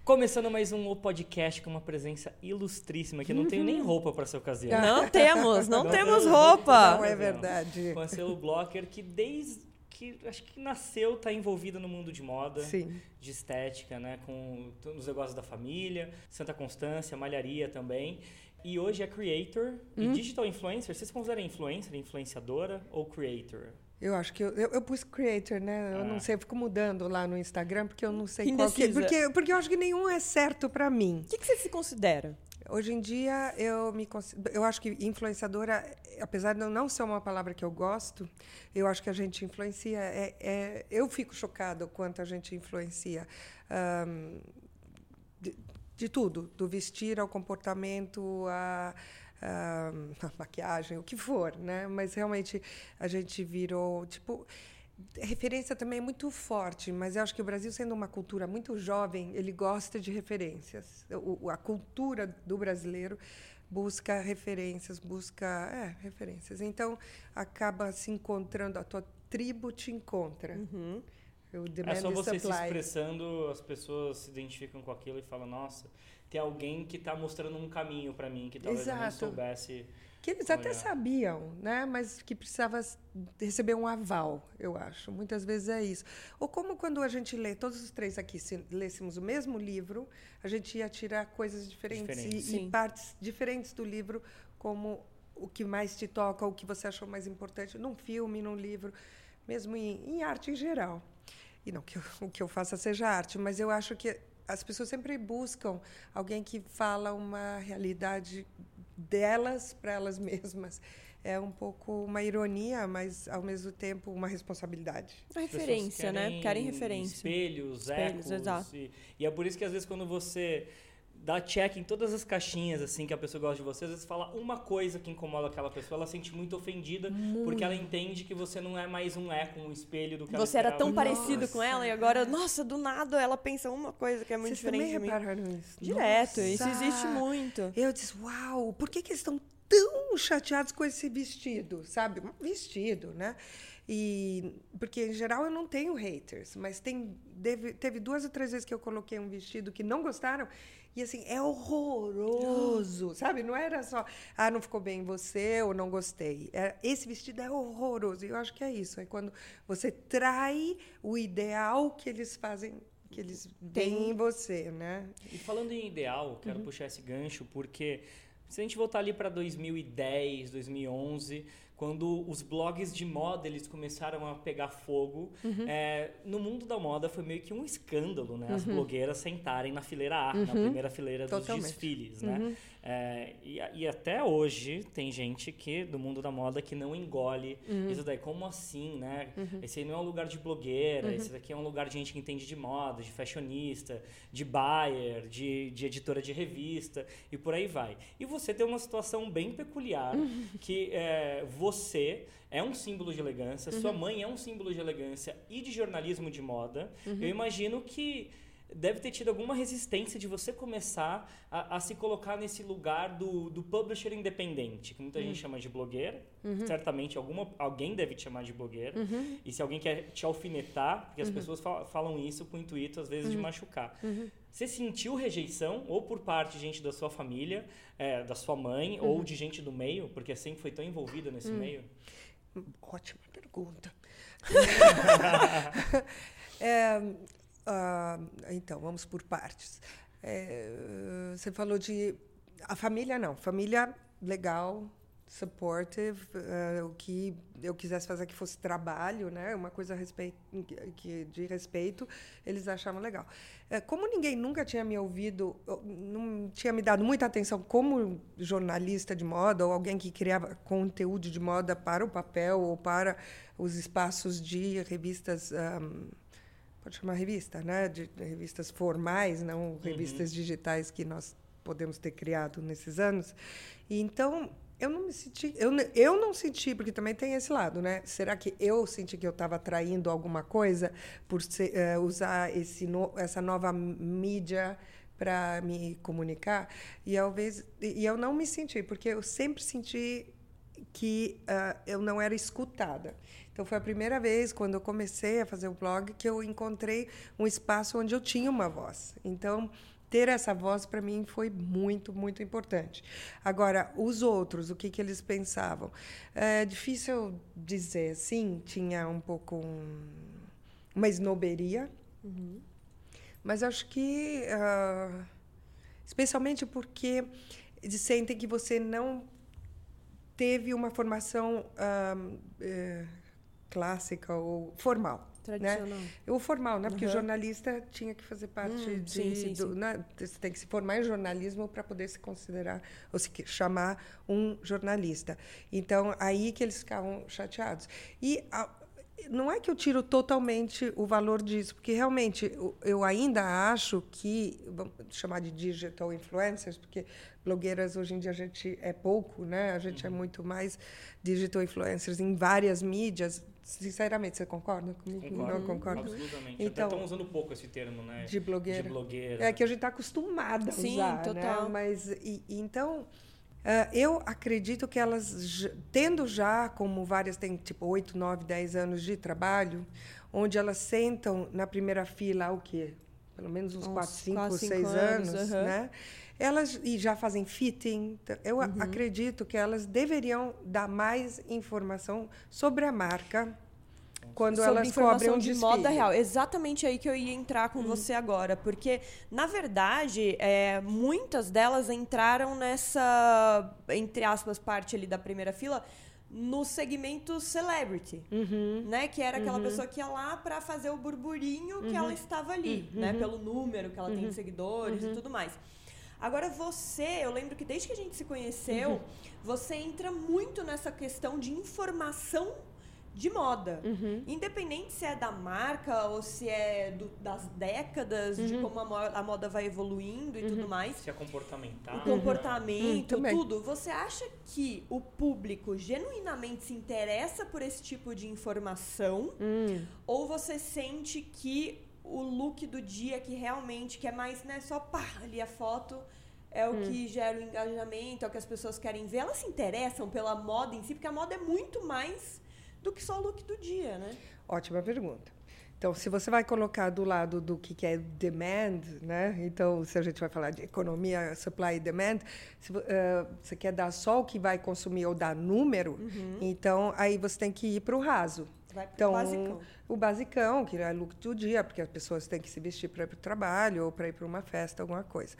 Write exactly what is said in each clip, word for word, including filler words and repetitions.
Começando mais um podcast com uma presença ilustríssima, que eu não tenho nem roupa para essa ocasião. Não temos, não, Não temos temos roupa. Não é verdade. Com a Selo Blocker, que desde que acho que nasceu, está envolvida no mundo de moda, Sim. de estética, né? Com os negócios da família, Santa Constância, malharia também. E hoje é creator e Hum? digital influencer. Vocês consideram influencer, influenciadora ou creator? Eu acho que eu, eu, eu pus creator, né? Eu Ah. não sei, eu fico mudando lá no Instagram, porque eu não sei Que qual que... indecisa. Porque, porque eu acho que nenhum é certo para mim. O que, que você se considera? Hoje em dia, eu me cons- eu acho que influenciadora, apesar de não ser uma palavra que eu gosto, eu acho que a gente influencia. É, é, eu fico chocada o quanto a gente influencia. Ahm, de, de tudo, do vestir ao comportamento, a, a, a maquiagem, o que for, né? Mas realmente a gente virou, tipo... Referência também é muito forte, mas eu acho que o Brasil, sendo uma cultura muito jovem, ele gosta de referências. O, a cultura do brasileiro busca referências, busca é, referências. Então, acaba se encontrando, a tua tribo te encontra. Uhum. O É demand só and você se supply. expressando, as pessoas se identificam com aquilo e falam, nossa, tem alguém que está mostrando um caminho para mim, que talvez eu nem Exato. soubesse. Que eles olhar. até sabiam, né? Mas que precisava receber um aval, eu acho. Muitas vezes é isso. Ou como quando a gente lê, todos os três aqui, se lêssemos o mesmo livro, a gente ia tirar coisas diferentes, Diferentes. e, e partes diferentes do livro, como o que mais te toca, o que você achou mais importante num filme, num livro, mesmo em, em arte em geral. E não que eu, o que eu faça seja arte, mas eu acho que as pessoas sempre buscam alguém que fala uma realidade delas para elas mesmas. É um pouco uma ironia, mas, ao mesmo tempo, uma responsabilidade. A As pessoas referência, né? Querem referência. Espelhos, Espelhos, ecos. exato. E, e é por isso que, às vezes, quando você dá check em todas as caixinhas assim que a pessoa gosta de você, às vezes fala uma coisa que incomoda aquela pessoa, ela se sente muito ofendida, muito. Porque ela entende que você não é mais um eco, um espelho do que ela Você era tão esperava. parecido com ela e agora, nossa, do nada ela pensa uma coisa que é muito Vocês diferente também de mim. repararam isso? Direto, isso Nossa! existe muito. Eu disse, uau, por que, que eles estão tão chateados com esse vestido, sabe? Um vestido, né? E, porque, em geral, eu não tenho haters, mas tem, deve, teve duas ou três vezes que eu coloquei um vestido que não gostaram, e, assim, é horroroso, sabe? Não era só, ah, não ficou bem em você ou não gostei. É, esse vestido é horroroso. E eu acho que é isso, é quando você trai o ideal que eles fazem, que eles veem em você, né? E falando em ideal, quero uhum. puxar esse gancho, porque se a gente voltar ali para dois mil e dez, dois mil e onze, quando os blogs de moda eles começaram a pegar fogo, uhum. é, no mundo da moda foi meio que um escândalo, né? As uhum. blogueiras sentarem na fileira A, uhum. na primeira fileira dos Totalmente. desfiles, né? Uhum. É, e, e até hoje tem gente que do mundo da moda que não engole uhum. isso daí. Como assim, né? Uhum. Esse aí não é um lugar de blogueira, uhum. esse daqui é um lugar de gente que entende de moda, de fashionista, de buyer, de, de editora de revista e por aí vai. E você tem uma situação bem peculiar uhum. que é, você é um símbolo de elegância, uhum. sua mãe é um símbolo de elegância e de jornalismo de moda. Uhum. Eu imagino que deve ter tido alguma resistência de você começar a, a se colocar nesse lugar do, do publisher independente, que muita uhum. gente chama de blogueira. Uhum. Certamente alguma, alguém deve te chamar de blogueira. Uhum. E se alguém quer te alfinetar, porque as uhum. pessoas falam, falam isso com o intuito, às vezes, uhum. de machucar. Uhum. Você sentiu rejeição, ou por parte de gente da sua família, é, da sua mãe, uhum. ou de gente do meio, porque sempre foi tão envolvida nesse uhum. meio? Ótima pergunta. é, uh, então, vamos por partes. É, você falou de... A família, não. Família, legal, supportive. Uh, o que eu quisesse fazer que fosse trabalho, né? Uma coisa a respeito, que, de respeito, eles achavam legal. É, como ninguém nunca tinha me ouvido, não tinha me dado muita atenção como jornalista de moda ou alguém que criava conteúdo de moda para o papel ou para os espaços de revistas... Um, pode chamar revista, né? De, de revistas formais, não revistas uhum. digitais que nós podemos ter criado nesses anos. E, então, eu não me senti... Eu, eu não senti, porque também tem esse lado, né? Será que eu senti que eu estava atraindo alguma coisa por ser, uh, usar esse no, essa nova mídia para me comunicar? E, talvez, e eu não me senti, porque eu sempre senti que uh, eu não era escutada. Então, foi a primeira vez, quando eu comecei a fazer o blog, que eu encontrei um espaço onde eu tinha uma voz. Então, ter essa voz, para mim, foi muito, muito importante. Agora, os outros, o que, que eles pensavam? É difícil dizer, sim, tinha um pouco um, uma esnoberia, uhum. Mas acho que, uh, especialmente porque eles sentem que você não teve uma formação uh, uh, clássica ou formal. Tradicional. Né? O formal, né? Porque uhum. o jornalista tinha que fazer parte hum, de... Sim, sim, do, sim. Né? Você tem que se formar em jornalismo para poder se considerar, ou se chamar um jornalista. Então, aí que eles ficavam chateados. E a, não é que eu tiro totalmente o valor disso, porque, realmente, eu ainda acho que... Vamos chamar de digital influencers, porque blogueiras, hoje em dia, a gente é pouco, né? A gente uhum. é muito mais digital influencers em várias mídias. Sinceramente, você concorda comigo? Concordo. Não concordo? Absolutamente. Então, até estão usando pouco esse termo, né? De blogueira. De blogueira. É que a gente está acostumada a Sim, usar, total. Né? Mas, e, então, uh, eu acredito que elas, tendo já, como várias têm, tipo, oito, nove, dez anos de trabalho, onde elas sentam na primeira fila, o quê? Pelo menos uns quatro, cinco, seis anos, anos uhum. né? Elas e já fazem fitting. Eu uhum. acredito que elas deveriam dar mais informação sobre a marca quando sobre elas cobrem um de desfile. Moda real. Exatamente aí que eu ia entrar com uhum. você agora, porque na verdade é, muitas delas entraram nessa, entre aspas, parte ali da primeira fila no segmento celebrity, uhum. né? Que era aquela uhum. pessoa que ia lá para fazer o burburinho que uhum. ela estava ali, uhum. né? Pelo número que ela uhum. tem de seguidores uhum. e tudo mais. Agora, você, eu lembro que desde que a gente se conheceu, uhum. você entra muito nessa questão de informação de moda. Uhum. Independente se é da marca ou se é do, das décadas, uhum. de como a moda, a moda vai evoluindo e uhum. tudo mais. Se é comportamental. O comportamento, uhum. tudo. Você acha que o público genuinamente se interessa por esse tipo de informação? Uhum. Ou você sente que o look do dia, que realmente que é mais, né, só pá, ali a foto, é o hum. que gera o engajamento, é o que as pessoas querem ver. Elas se interessam pela moda em si, porque a moda é muito mais do que só o look do dia, né? Ótima pergunta. Então, se você vai colocar do lado do que é demand, né? Então, se a gente vai falar de economia, supply e demand, se uh, você quer dar só o que vai consumir ou dar número, uhum. então aí você tem que ir para o raso. Vai pro então, basicão. O basicão, que é look do dia, porque as pessoas têm que se vestir para ir para o trabalho ou para ir para uma festa, alguma coisa.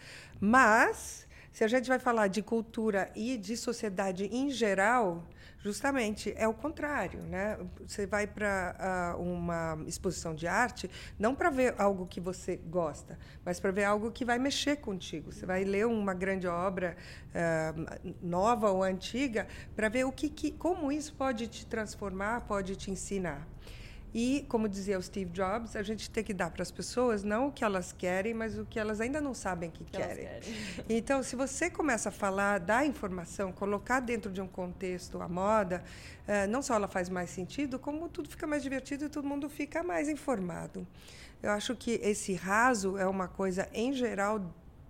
Mas, se a gente vai falar de cultura e de sociedade em geral, justamente é o contrário, né? Você vai para uh, uma exposição de arte não para ver algo que você gosta, mas para ver algo que vai mexer contigo. Você vai ler uma grande obra uh, nova ou antiga para ver o que, que, como isso pode te transformar, pode te ensinar. E, como dizia o Steve Jobs, a gente tem que dar para as pessoas não o que elas querem, mas o que elas ainda não sabem que, que querem. querem. Então, se você começa a falar, dar informação, colocar dentro de um contexto a moda, eh, não só ela faz mais sentido, como tudo fica mais divertido e todo mundo fica mais informado. Eu acho que esse raso é uma coisa, em geral,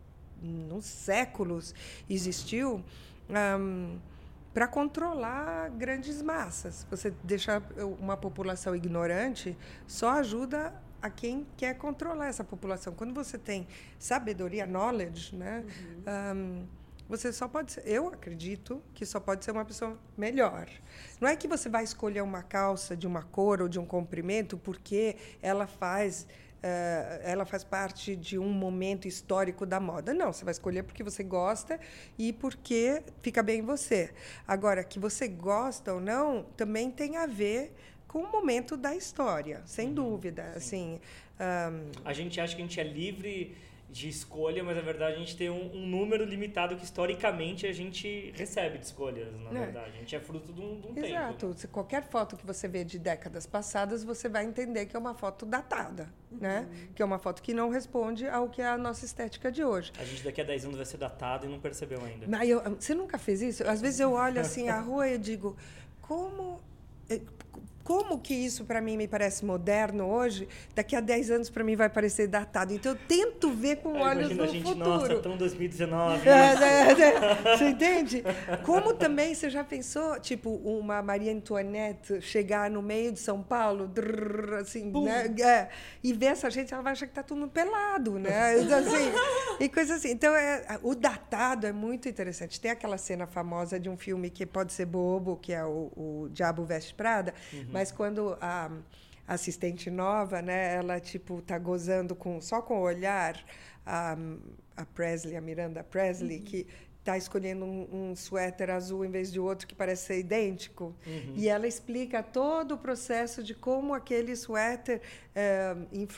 nos séculos existiu... Um, para controlar grandes massas. Você deixar uma população ignorante só ajuda a quem quer controlar essa população. Quando você tem sabedoria, knowledge, né, uhum. um, você só pode ser, eu acredito que só pode ser uma pessoa melhor. Não é que você vai escolher uma calça de uma cor ou de um comprimento porque ela faz... Uh, ela faz parte de um momento histórico da moda. Não, você vai escolher porque você gosta e porque fica bem em você. Agora, que você gosta ou não, também tem a ver com o momento da história, sem uhum, dúvida. Assim, um... A gente acha que a gente é livre de escolha, mas na verdade a gente tem um, um número limitado que historicamente a gente recebe de escolhas, na é. verdade. A gente é fruto de um, de um tempo. Exato. Né? Qualquer foto que você vê de décadas passadas, você vai entender que é uma foto datada, uhum. né? Que é uma foto que não responde ao que é a nossa estética de hoje. A gente daqui a dez anos vai ser datado e não percebeu ainda. Mas eu, você nunca fez isso? Às vezes eu olho assim a rua e eu digo, como... como que isso, para mim, me parece moderno hoje, daqui a dez anos, para mim, vai parecer datado. Então, eu tento ver com é, olhos no a gente, futuro. Nossa, tão dois mil e dezenove. É, é, é, você entende? Como também, você já pensou, tipo, uma Maria Antoinette chegar no meio de São Paulo, drrr, assim, né? É, e ver essa gente, ela vai achar que está todo mundo pelado, né? Assim, e coisa assim. Então, é, o datado é muito interessante. Tem aquela cena famosa de um filme que pode ser bobo, que é o, o Diabo Veste Prada, uhum. Mas quando a assistente nova, né, ela tipo tá gozando com só com o olhar a, a Presley, a Miranda Presley, uhum. que está escolhendo um, um suéter azul em vez de outro que parece ser idêntico, uhum. e ela explica todo o processo de como aquele suéter é,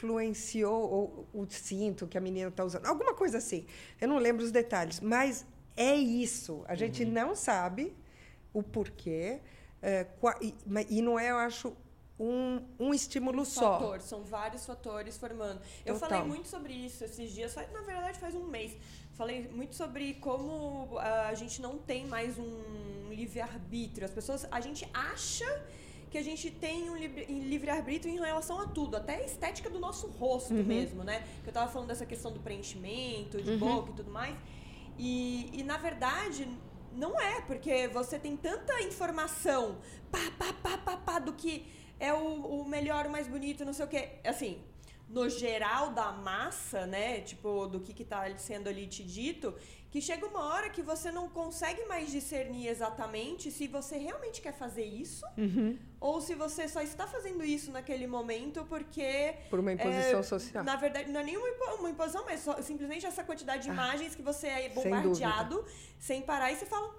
influenciou o, o cinto que a menina está usando, alguma coisa assim. Eu não lembro os detalhes, mas é isso. A gente uhum. não sabe o porquê. É, e, e não é, eu acho, um, um estímulo um só. Fator, são vários fatores formando. Eu Total. falei muito sobre isso esses dias, na verdade faz um mês. Falei muito sobre como uh, a gente não tem mais um livre-arbítrio. As pessoas, a gente acha que a gente tem um livre-arbítrio em relação a tudo, até a estética do nosso rosto uhum. mesmo, né? Eu estava falando dessa questão do preenchimento, de uhum. boca e tudo mais. E, e na verdade... Não é, porque você tem tanta informação pá, pá, pá, pá, pá, do que é o, o melhor, o mais bonito, não sei o quê. Assim, no geral da massa, né? Tipo, do que está sendo ali te dito, que chega uma hora que você não consegue mais discernir exatamente se você realmente quer fazer isso uhum. ou se você só está fazendo isso naquele momento porque... Por uma imposição é, social. Na verdade, não é nenhuma uma imposição, mas só, simplesmente essa quantidade de ah, imagens que você é bombardeado sem, sem parar e você fala...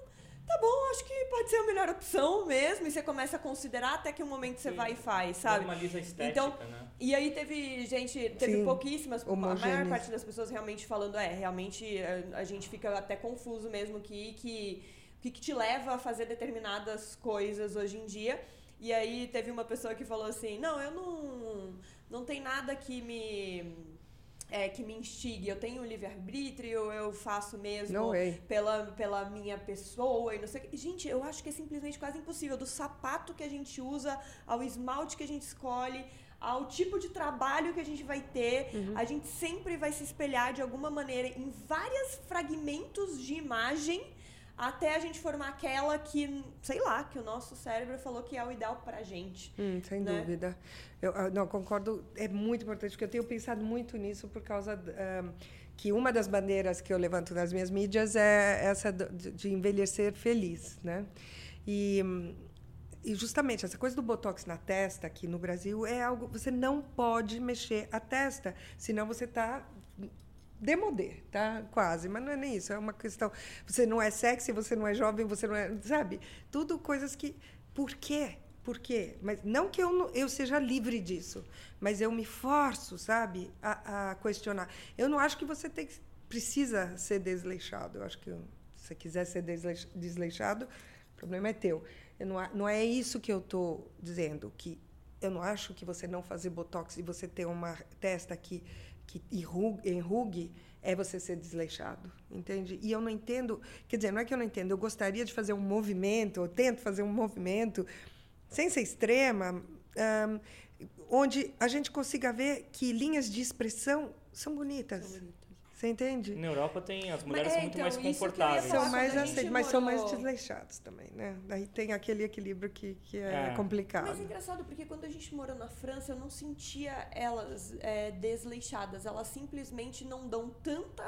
Tá bom, acho que pode ser a melhor opção mesmo. E você começa a considerar até que um momento você Sim. vai e faz, sabe? Normaliza a estética, então, né? E aí teve gente, teve Sim. pouquíssimas, a maior parte das pessoas realmente falando, é, realmente a, a gente fica até confuso mesmo aqui, que o que, que te leva a fazer determinadas coisas hoje em dia. E aí teve uma pessoa que falou assim, não, eu não, não tem nada que me... É, que me instigue, eu tenho um livre-arbítrio, eu faço mesmo pela, pela minha pessoa e não sei o que. Gente, eu acho que é simplesmente quase impossível. Do sapato que a gente usa, ao esmalte que a gente escolhe, ao tipo de trabalho que a gente vai ter, uhum. a gente sempre vai se espelhar de alguma maneira em vários fragmentos de imagem até a gente formar aquela que, sei lá, que o nosso cérebro falou que é o ideal pra gente. Hum, sem né? dúvida. Eu, eu não, concordo, é muito importante, porque eu tenho pensado muito nisso por causa um, que uma das bandeiras que eu levanto nas minhas mídias é essa de, de envelhecer feliz, né? E, e justamente essa coisa do botox na testa aqui no Brasil é algo, você não pode mexer a testa, senão você está... demodê, tá? Quase, mas não é nem isso, é uma questão... Você não é sexy, você não é jovem, você não é... Sabe? Tudo coisas que... Por quê? Por quê? Mas não que eu, não, eu seja livre disso, mas eu me forço, sabe? A, a questionar. Eu não acho que você tem, precisa ser desleixado. Eu acho que se você quiser ser desleixado, o problema é teu. Eu não, não é isso que eu estou dizendo, que eu não acho que você não fazer botox e você ter uma testa que... que enrugue, enrugue, é você ser desleixado, entende? E eu não entendo, quer dizer, não é que eu não entendo, eu gostaria de fazer um movimento, eu tento fazer um movimento, sem ser extrema, um, onde a gente consiga ver que linhas de expressão são bonitas. São bonitas. Você entende? Na Europa tem, as mulheres mas, são muito então, mais confortáveis. São mais aceitas, mas são mais desleixados também, né? Daí tem aquele equilíbrio que, que é, é complicado. Mas é engraçado, porque quando a gente morou na França, eu não sentia elas é, desleixadas. Elas simplesmente não dão tanta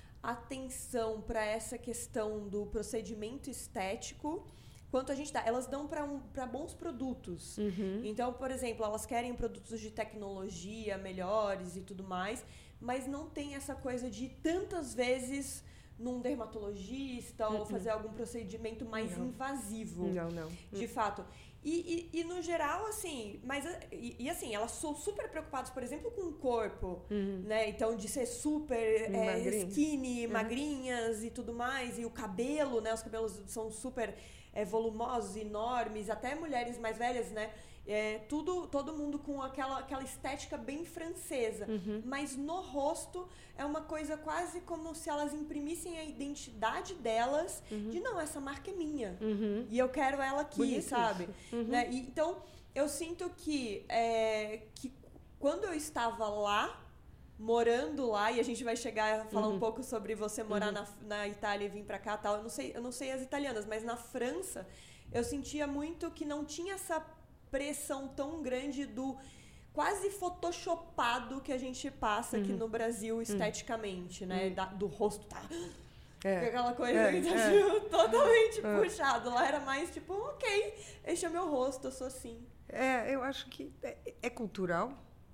atenção para essa questão do procedimento estético quanto a gente dá. Elas dão para um, para bons produtos. Uhum. Então, por exemplo, elas querem produtos de tecnologia melhores e tudo mais, mas não tem essa coisa de tantas vezes num dermatologista uhum. ou fazer algum procedimento mais não. invasivo. Não, não. De fato. E, e, e no geral, assim, mas e, e assim, elas são super preocupadas, por exemplo, com o corpo, uhum. né? Então, de ser super é, skinny, uhum. magrinhas e tudo mais, e o cabelo, né? Os cabelos são super é, volumosos, enormes, até mulheres mais velhas, né? É, tudo, todo mundo com aquela, aquela estética bem francesa. Uhum. Mas no rosto é uma coisa quase como se elas imprimissem a identidade delas uhum. de, não, essa marca é minha. Uhum. E eu quero ela aqui, bonito, sabe? Uhum. Né? E, então, Eu sinto que, é, que quando eu estava lá, morando lá, e a gente vai chegar a falar uhum. um pouco sobre você morar uhum. na, na Itália e vir pra cá e tal, eu não sei, eu não sei as italianas, mas na França eu sentia muito que não tinha essa pressão tão grande do quase photoshopado que a gente passa uhum. aqui no Brasil esteticamente, uhum. né? Da, do rosto tá... É. Aquela coisa é, que tá é. tipo, totalmente é. puxado. Lá era mais tipo, ok, este é meu rosto, eu sou assim. É, eu acho que é, é cultural.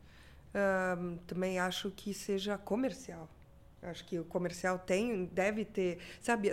Um, também acho que seja comercial. Acho que o comercial tem, deve ter... Sabe,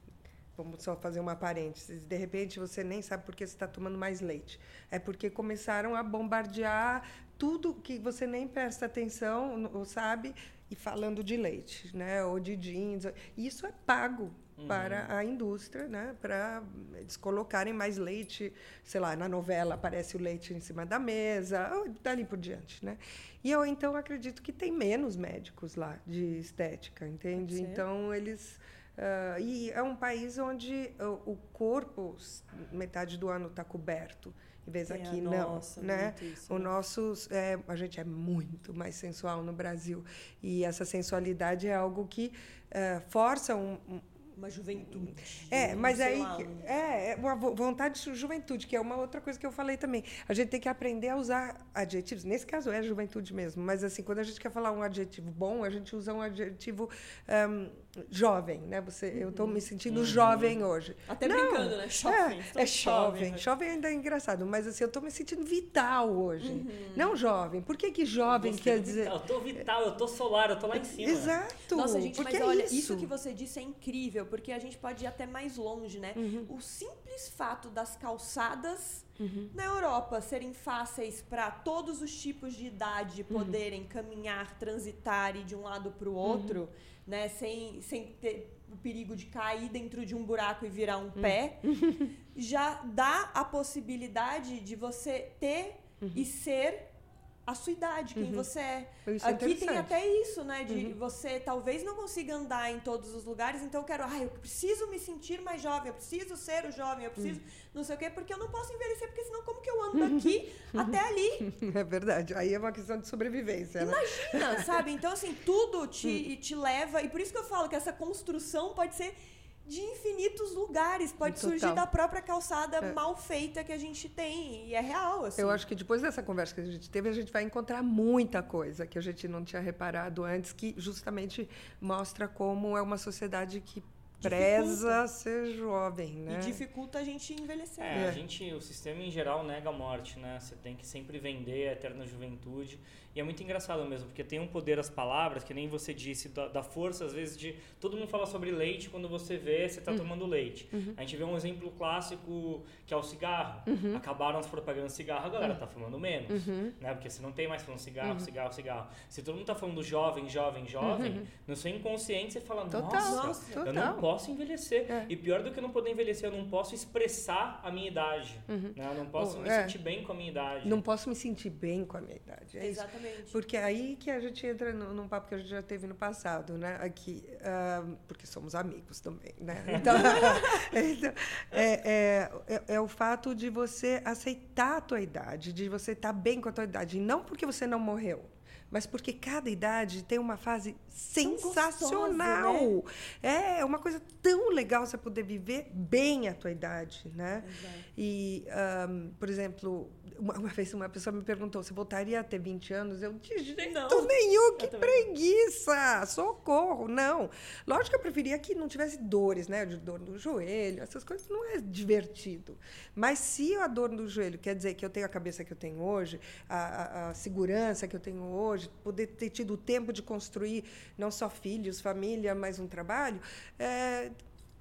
vamos só fazer uma parênteses. De repente, você nem sabe por que você está tomando mais leite. É porque começaram a bombardear tudo que você nem presta atenção, ou sabe, e falando de leite, né? Ou de jeans. Isso é pago uhum. para a indústria, né? Para eles colocarem mais leite. Sei lá, na novela aparece o leite em cima da mesa, dali por diante, né? E eu, então, acredito que tem menos médicos lá de estética, entende? Então, eles... Uh, e é um país onde o, o corpo, metade do ano, está coberto. Em vez é, aqui, nossa, não. Né? Isso, o nosso, é, a gente é muito mais sensual no Brasil. E essa sensualidade é algo que uh, força um, um uma juventude. É, mas aí lá, um... é, é uma vontade de juventude, que é uma outra coisa que eu falei também. A gente tem que aprender a usar adjetivos. Nesse caso é juventude mesmo, mas assim, quando a gente quer falar um adjetivo bom, a gente usa um adjetivo um, jovem, né? Você, uhum. Eu estou me sentindo uhum. jovem hoje. Até Não, brincando, né? Jovem. É, é jovem. Jovem ainda é engraçado, mas assim, eu estou me sentindo vital hoje. Uhum. Não jovem. Por que que jovem você quer dizer... Vital. Eu estou vital, eu estou solar, eu estou lá em cima. Exato. Nossa, gente, porque mas olha, é isso. isso que você disse é incrível, porque a gente pode ir até mais longe, né? Uhum. O simples fato das calçadas uhum. na Europa serem fáceis para todos os tipos de idade poderem uhum. caminhar, transitar e de um lado para o outro, uhum. né? Sem, sem ter o perigo de cair dentro de um buraco e virar um uhum. pé, já dá a possibilidade de você ter uhum. e ser a sua idade, quem uhum. você é. Isso Aqui é tem até isso, né? De uhum. você talvez não consiga andar em todos os lugares, então eu quero, ah, eu preciso me sentir mais jovem, eu preciso ser o jovem, eu preciso uhum. não sei o quê, porque eu não posso envelhecer, porque senão como que eu ando daqui até ali? É verdade. Aí é uma questão de sobrevivência, Imagina, né? sabe? Então, assim, tudo te, te leva, e por isso que eu falo que essa construção pode ser de infinitos lugares, pode Total. surgir da própria calçada é. mal feita que a gente tem, e é real, assim. Eu acho que depois dessa conversa que a gente teve, a gente vai encontrar muita coisa que a gente não tinha reparado antes, que justamente mostra como é uma sociedade que preza ser jovem, né? E dificulta a gente envelhecer. É, é, a gente, o sistema em geral nega a morte, né? Você tem que sempre vender a eterna juventude. E é muito engraçado mesmo, porque tem um poder as palavras, que nem você disse, da, da força, às vezes, de... Todo mundo fala sobre leite, quando você vê, você está uhum. tomando leite. Uhum. A gente vê um exemplo clássico, que é o cigarro. Uhum. Acabaram as propagandas de cigarro, a galera está uhum. fumando menos. Uhum. Né? Porque você não tem mais falando cigarro, uhum. cigarro, cigarro. Se todo mundo está falando jovem, jovem, jovem, uhum. no seu inconsciente você fala, Total. nossa, Nossa, eu não posso envelhecer. É. E pior do que eu não poder envelhecer, eu não posso expressar a minha idade. Uhum. Né? Eu não posso oh, me é. sentir bem com a minha idade. Não posso me sentir bem com a minha idade. É Exatamente. Isso. Porque aí que a gente entra no, num papo que a gente já teve no passado, né? Aqui, uh, porque somos amigos também, né? Então, então é, é, é, é o fato de você aceitar a tua idade, de você estar bem com a tua idade. E não porque você não morreu, mas porque cada idade tem uma fase sensacional. Gostosa, né? É uma coisa tão legal você poder viver bem a tua idade, né? Exato. E, um, por exemplo, uma, uma vez uma pessoa me perguntou, você voltaria a ter vinte anos? Eu, de jeito não. nenhum, que preguiça, socorro, não. Lógico que eu preferia que não tivesse dores, né? De dor no joelho, essas coisas não é divertido. Mas se a dor no joelho quer dizer que eu tenho a cabeça que eu tenho hoje, a, a, a segurança que eu tenho hoje, poder ter tido o tempo de construir não só filhos, família, mas um trabalho, é,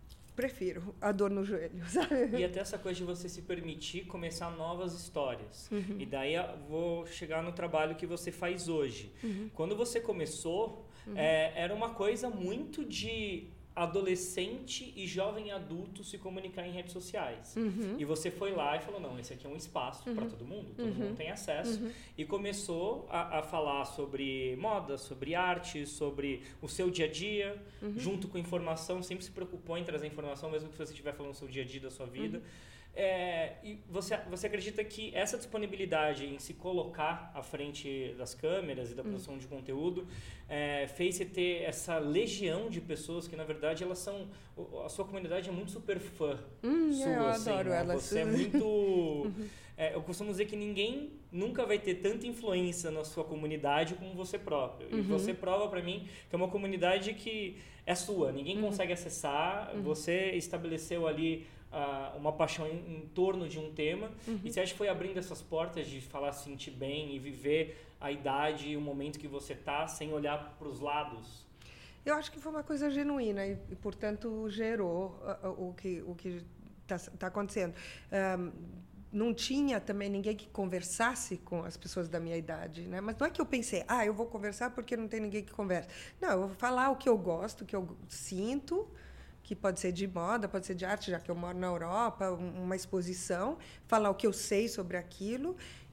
prefiro a dor no joelho, sabe? E até essa coisa de você se permitir começar novas histórias. Uhum. E daí eu vou chegar no trabalho que você faz hoje. Uhum. Quando você começou, uhum. é, era uma coisa muito de adolescente e jovem adulto se comunicar em redes sociais. Uhum. E você foi lá e falou, não, esse aqui é um espaço uhum. para todo mundo, todo uhum. mundo tem acesso. Uhum. E começou a, a falar sobre moda, sobre arte, sobre o seu dia a dia, uhum. junto com informação, sempre se preocupou em trazer informação, mesmo que você estiver falando do seu dia a dia, da sua vida. Uhum. É, e você, você acredita que essa disponibilidade em se colocar à frente das câmeras e da produção hum. de conteúdo é, fez você ter essa legião de pessoas que, na verdade, elas são... A sua comunidade é muito super fã hum, sua, eu assim, adoro né? elas. Você é muito... É, eu costumo dizer que ninguém nunca vai ter tanta influência na sua comunidade como você próprio. Uhum. E você prova para mim que é uma comunidade que é sua, ninguém uhum. consegue acessar, uhum. você estabeleceu ali uh, uma paixão em, em torno de um tema, uhum. e você acha que foi abrindo essas portas de falar, se sentir bem e viver a idade e o momento que você tá sem olhar para os lados? Eu acho que foi uma coisa genuína e, e portanto, gerou uh, o que o que está tá acontecendo. Um, não tinha também ninguém que conversasse com as pessoas da minha idade, né? Mas não é que eu pensei, ah, eu vou conversar porque não tem ninguém que converse. Não, eu vou falar o que eu gosto, o que eu sinto, que pode ser de moda, pode ser de arte, já que eu moro na Europa, uma exposição, falar o que eu sei sobre aquilo.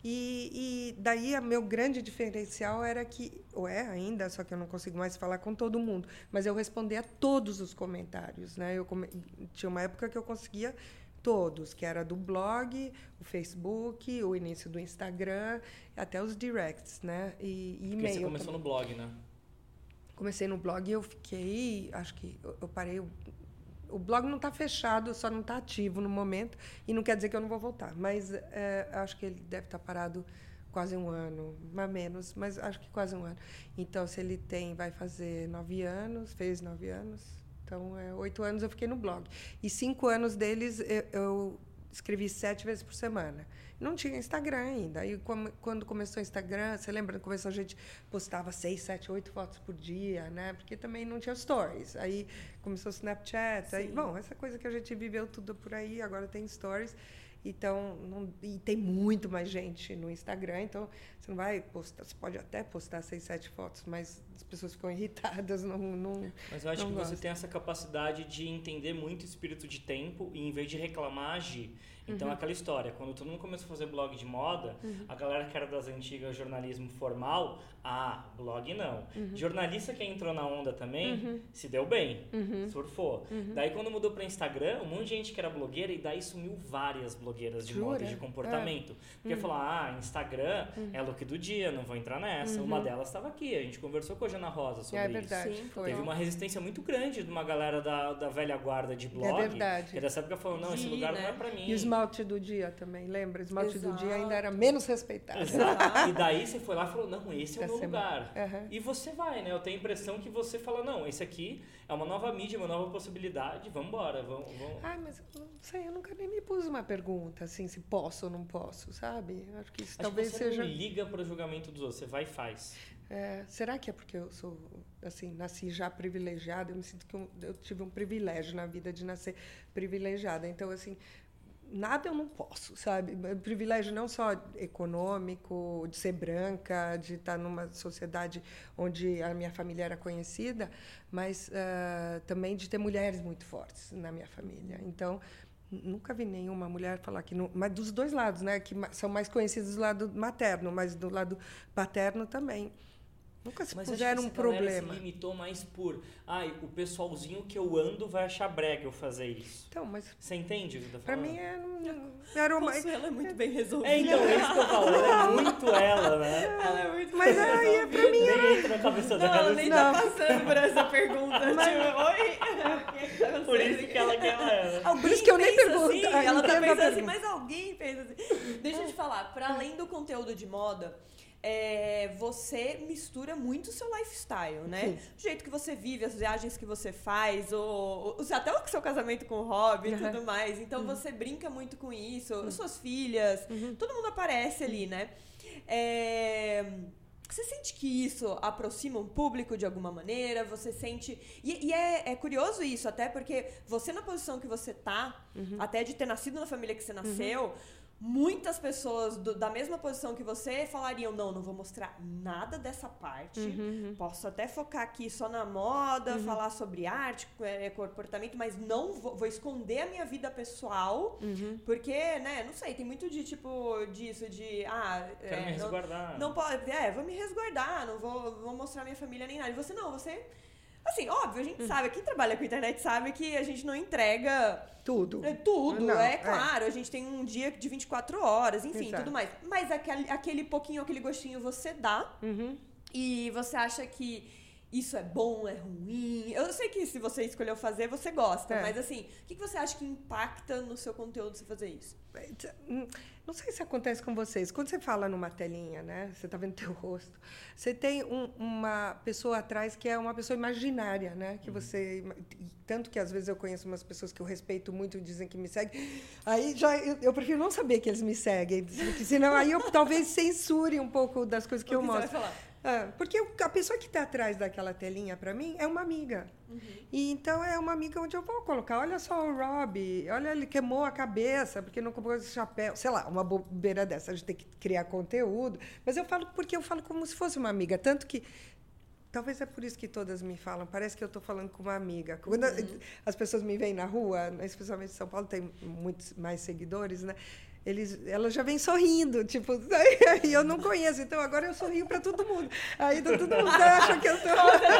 E, e daí, o meu grande diferencial era que, ou é ainda, só que eu não consigo mais falar com todo mundo, mas eu respondia a todos os comentários, né? Eu come... Tinha uma época que eu conseguia todos, que era do blog, o Facebook, o início do Instagram, até os directs, né? E, e e-mail. Você começou também no blog, né? Comecei no blog e eu fiquei, acho que eu, eu parei... O blog não está fechado, só não está ativo no momento, e não quer dizer que eu não vou voltar, mas é, acho que ele deve estar parado quase um ano, mais menos, mas acho que quase um ano. Então, se ele tem, vai fazer nove anos, fez nove anos, então, é, oito anos eu fiquei no blog. E cinco anos deles eu, eu escrevi sete vezes por semana. Não tinha Instagram ainda. Aí, quando começou o Instagram, você lembra, no começo a gente postava seis, sete, oito fotos por dia, né? Porque também não tinha stories. Aí começou o Snapchat. Aí, bom, essa coisa que a gente viveu tudo por aí, agora tem stories. Então, não, e tem muito mais gente no Instagram, então você não vai postar, você pode até postar seis, sete fotos, mas as pessoas ficam irritadas, não, não Mas eu acho não que gostam. Você tem essa capacidade de entender muito o espírito de tempo e, em vez de reclamar, agir. Então, uhum. aquela história, quando todo mundo começou a fazer blog de moda, uhum. a galera que era das antigas jornalismo formal, ah, blog não. Uhum. Jornalista que entrou na onda também, uhum. se deu bem, uhum. surfou. Uhum. Daí, quando mudou para Instagram, um monte de gente que era blogueira, e daí sumiu várias blogueiras de Jura? moda e de comportamento. É. Porque uhum. falou, ah, Instagram uhum. é look do dia, não vou entrar nessa. Uhum. Uma delas estava aqui, a gente conversou com a Jana Rosa sobre é verdade, isso. Sim, foi. Teve uma resistência muito grande de uma galera da, da velha guarda de blog. É verdade. Que dessa época falou, não, esse lugar né? não é para mim. E o esmalte do dia também, lembra? O esmalte Exato. do dia ainda era menos respeitado. Exato. E daí você foi lá e falou, não, esse é o meu semana. lugar. Uhum. E você vai, né? Eu tenho a impressão que você fala, não, esse aqui é uma nova mídia, uma nova possibilidade, vamos embora, vamos... vamos. Ah, mas não sei, eu nunca nem me pus uma pergunta, assim, se posso ou não posso, sabe? Acho que isso Acho talvez que você seja... não liga para o julgamento dos outros, você vai e faz. É, será que é porque eu sou, assim, nasci já privilegiada? Eu me sinto que eu, eu tive um privilégio na vida de nascer privilegiada. Então, assim... Nada eu não posso, sabe? Privilégio não só econômico, de ser branca, de estar numa sociedade onde a minha família era conhecida, mas uh, também de ter mulheres muito fortes na minha família. Então, nunca vi nenhuma mulher falar que... Não, mas dos dois lados, né? Que são mais conhecidos do lado materno, mas do lado paterno também. Nunca se Mas puseram um problema. Se limitou mais por, ai, ah, o pessoalzinho que eu ando vai achar brega eu fazer isso. Então, mas você entende o que eu tô pra falando? Pra mim é, não, era uma... Nossa, ela é muito bem resolvida. É, então, é isso que eu falo, ela é muito ela, né? Ela é muito mas bem aí, resolvida. Pra mim nem era... entra na cabeça não, dela. Ela nem não. tá passando por essa pergunta. Mas... Tipo, oi? Por isso que ela quer ela. Por isso que eu nem pergunto. Assim, ela tá pensando assim, pergunta. mas alguém pensa assim. Deixa eu te falar, para além do conteúdo de moda, é, você mistura muito o seu lifestyle, né? Sim. O jeito que você vive, as viagens que você faz, o, o, até o seu casamento com o Rob e uhum. tudo mais. Então, uhum. você brinca muito com isso, uhum. suas filhas, uhum. todo mundo aparece ali, né? É... Você sente que isso aproxima um público de alguma maneira? Você sente... E, e é, é curioso isso, até porque você na posição que você tá, uhum. até de ter nascido na família que você nasceu... Uhum. Muitas pessoas do, da mesma posição que você falariam, não, não vou mostrar nada dessa parte, uhum. posso até focar aqui só na moda, uhum. falar sobre arte, é, comportamento, mas não vou, vou esconder a minha vida pessoal, uhum. porque, né, não sei, tem muito de, tipo, disso, de, ah... Quero é, me resguardar. Não, não pode, é, vou me resguardar, não vou, vou mostrar minha família nem nada. E você não, você... Assim, óbvio, a gente hum. sabe, quem trabalha com internet sabe que a gente não entrega... Tudo. É tudo, não, é claro. É. A gente tem um dia de vinte e quatro horas, enfim, Exato. tudo mais. Mas aquele, aquele pouquinho, aquele gostinho você dá. Uhum. E você acha que isso é bom, é ruim. Eu sei que se você escolheu fazer, você gosta. É. Mas assim, o que você acha que impacta no seu conteúdo você fazer isso? Não sei se acontece com vocês. Quando você fala numa telinha, né? Você está vendo teu rosto. Você tem um, uma pessoa atrás que é uma pessoa imaginária, né? Que você... Tanto que, às vezes, eu conheço umas pessoas que eu respeito muito e dizem que me seguem. Aí, já, eu, eu prefiro não saber que eles me seguem. Porque senão, aí eu talvez censure um pouco das coisas que o eu que mostro. Você vai falar? Ah, porque a pessoa que está atrás daquela telinha, para mim, é uma amiga. Uhum. E, então, é uma amiga onde eu vou colocar. Olha só o Rob, olha, ele queimou a cabeça porque não comprou esse chapéu. Sei lá, uma bobeira dessa. A gente tem que criar conteúdo. Mas eu falo porque eu falo como se fosse uma amiga. Tanto que, talvez é por isso que todas me falam. Parece que eu estou falando com uma amiga. Quando uhum. as pessoas me veem na rua, especialmente em São Paulo, tem muitos mais seguidores, né? Eles, ela já vem sorrindo, tipo, e eu não conheço, então agora eu sorrio para todo mundo. Aí todo mundo acha que eu tô...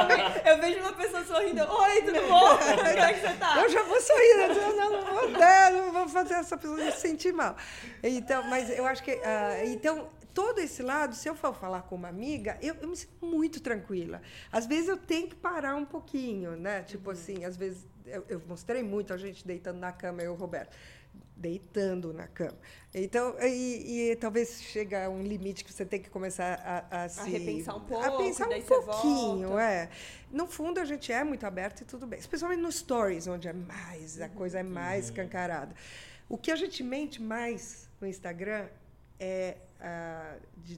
Eu vejo uma pessoa sorrindo, oi, tudo bom? Como é que você tá? Eu já vou sorrindo, eu não, não vou dar, não vou fazer essa pessoa se sentir mal. Então, mas eu acho que... Uh, então, todo esse lado, se eu for falar com uma amiga, eu, eu me sinto muito tranquila. Às vezes eu tenho que parar um pouquinho, né? Tipo uhum. assim, às vezes... Eu, eu mostrei muito a gente deitando na cama, eu e o Roberto. Deitando na cama. Então, e, e talvez chega a um limite que você tem que começar a, a, a se... A repensar um pouco, a pensar daí um você pouquinho, volta. é. No fundo, a gente é muito aberto e tudo bem. Especialmente nos stories, onde é mais, a coisa é mais escancarada. O que a gente mente mais no Instagram é... A, de,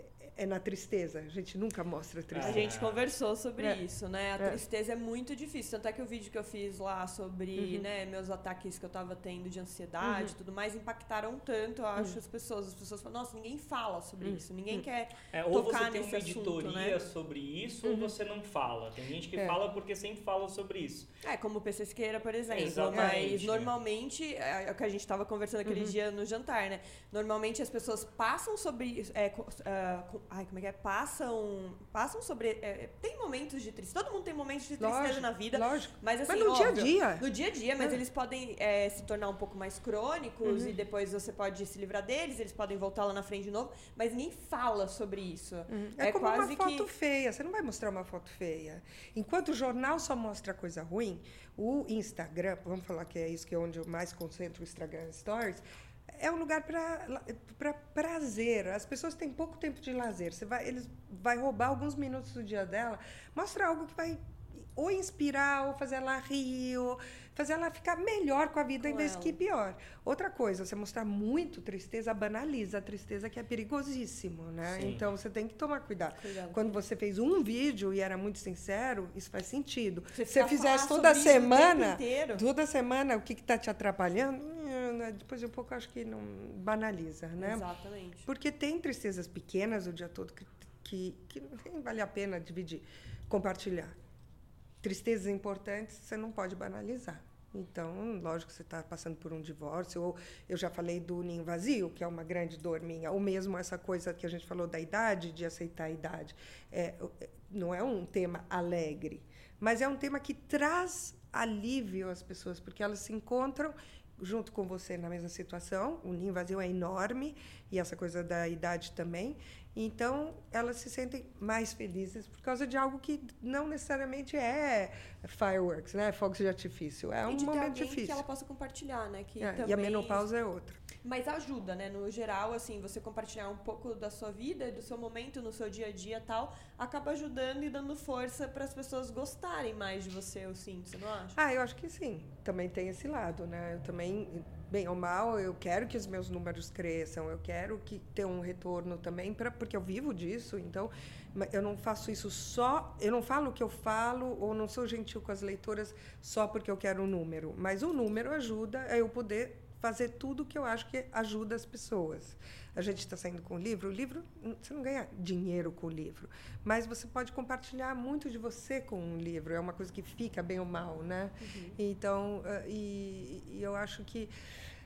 é na tristeza. A gente nunca mostra a tristeza. A gente conversou sobre é. isso, né? A é. tristeza é muito difícil. Tanto é que o vídeo que eu fiz lá sobre uhum. né, meus ataques que eu tava tendo de ansiedade e uhum. tudo mais, impactaram tanto, eu acho, uhum. as pessoas. As pessoas falam, nossa, ninguém fala sobre uhum. isso. Ninguém quer é, tocar ou você tem nesse uma assunto, editoria né? sobre isso, uhum. ou você não fala. Tem gente que é. fala porque sempre fala sobre isso. É, como o P C Siqueira, por exemplo. Exatamente. Mas, normalmente, é o que a gente tava conversando aquele uhum. dia no jantar, né? Normalmente, as pessoas passam sobre... É, uh, ai, como é que é? Passam Passam, passam sobre... É, tem momentos de tristeza. Todo mundo tem momentos de tristeza lógico, na vida. Lógico. Mas, assim, mas no óbvio, dia a dia. No dia a dia, mas é. eles podem é, se tornar um pouco mais crônicos uhum. e depois você pode se livrar deles, eles podem voltar lá na frente de novo, mas ninguém fala sobre isso. Uhum. É, é como quase uma foto que... feia. Você não vai mostrar uma foto feia. Enquanto o jornal só mostra coisa ruim, o Instagram, vamos falar que é isso que é onde eu mais concentro o Instagram Stories, é um lugar para prazer. As pessoas têm pouco tempo de lazer. Você vai, eles vai roubar alguns minutos do dia dela, mostra algo que vai ou inspirar, ou fazer ela rir, ou fazer ela ficar melhor com a vida, com em vez ela. que pior. Outra coisa, você mostrar muito tristeza, banaliza a tristeza, que é perigosíssimo, né? Sim. Então, você tem que tomar cuidado. cuidado. Quando você fez um vídeo e era muito sincero, isso faz sentido. Se você fizesse toda semana, toda semana, o que está te atrapalhando, depois de um pouco, acho que não banaliza, né? Exatamente. Porque tem tristezas pequenas o dia todo que, que, que nem vale a pena dividir, compartilhar. Tristezas importantes, você não pode banalizar. Então, lógico que você está passando por um divórcio, ou eu já falei do ninho vazio, que é uma grande dor minha, ou mesmo essa coisa que a gente falou da idade, de aceitar a idade. É, não é um tema alegre, mas é um tema que traz alívio às pessoas, porque elas se encontram junto com você na mesma situação. O ninho vazio é enorme, e essa coisa da idade também. Então, elas se sentem mais felizes por causa de algo que não necessariamente é fireworks, né? Fogos de artifício. É um momento difícil. Que ela possa compartilhar, né? Que é, também... E a menopausa é outra. Mas ajuda, né? No geral, assim, você compartilhar um pouco da sua vida, do seu momento, no seu dia a dia e tal, acaba ajudando e dando força para as pessoas gostarem mais de você, eu sinto, você não acha? Ah, eu acho que sim. Também tem esse lado, né? Eu também, bem ou mal, eu quero que os meus números cresçam, eu quero que tenha um retorno também, pra, porque eu vivo disso, então eu não faço isso só, eu não falo o que eu falo, ou não sou gentil com as leitoras só porque eu quero um número, mas o número ajuda a eu poder fazer tudo que eu acho que ajuda as pessoas. A gente está saindo com o livro. O livro, você não ganha dinheiro com o livro, mas você pode compartilhar muito de você com um livro. É uma coisa que fica bem ou mal, né? Uhum. Então, e, e eu acho que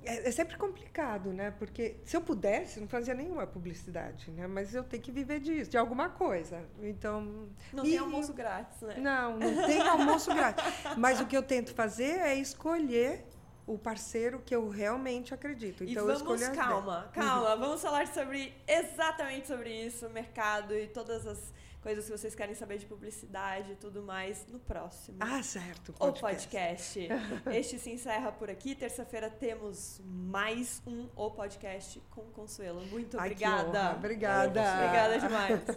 é, é sempre complicado, né? Porque se eu pudesse, não fazia nenhuma publicidade, né? Mas eu tenho que viver disso, de alguma coisa. Então... Não e, tem almoço grátis, né? Não, não tem almoço grátis. Mas o que eu tento fazer é escolher o parceiro que eu realmente acredito. Então, e vamos, eu escolho calma, calma, uhum. vamos falar sobre exatamente sobre isso, mercado e todas as coisas que vocês querem saber de publicidade e tudo mais no próximo. Ah, certo. O podcast. Este se encerra por aqui. Terça-feira temos mais um O Podcast com Consuelo. Muito Ai, obrigada. Obrigada. Obrigada demais.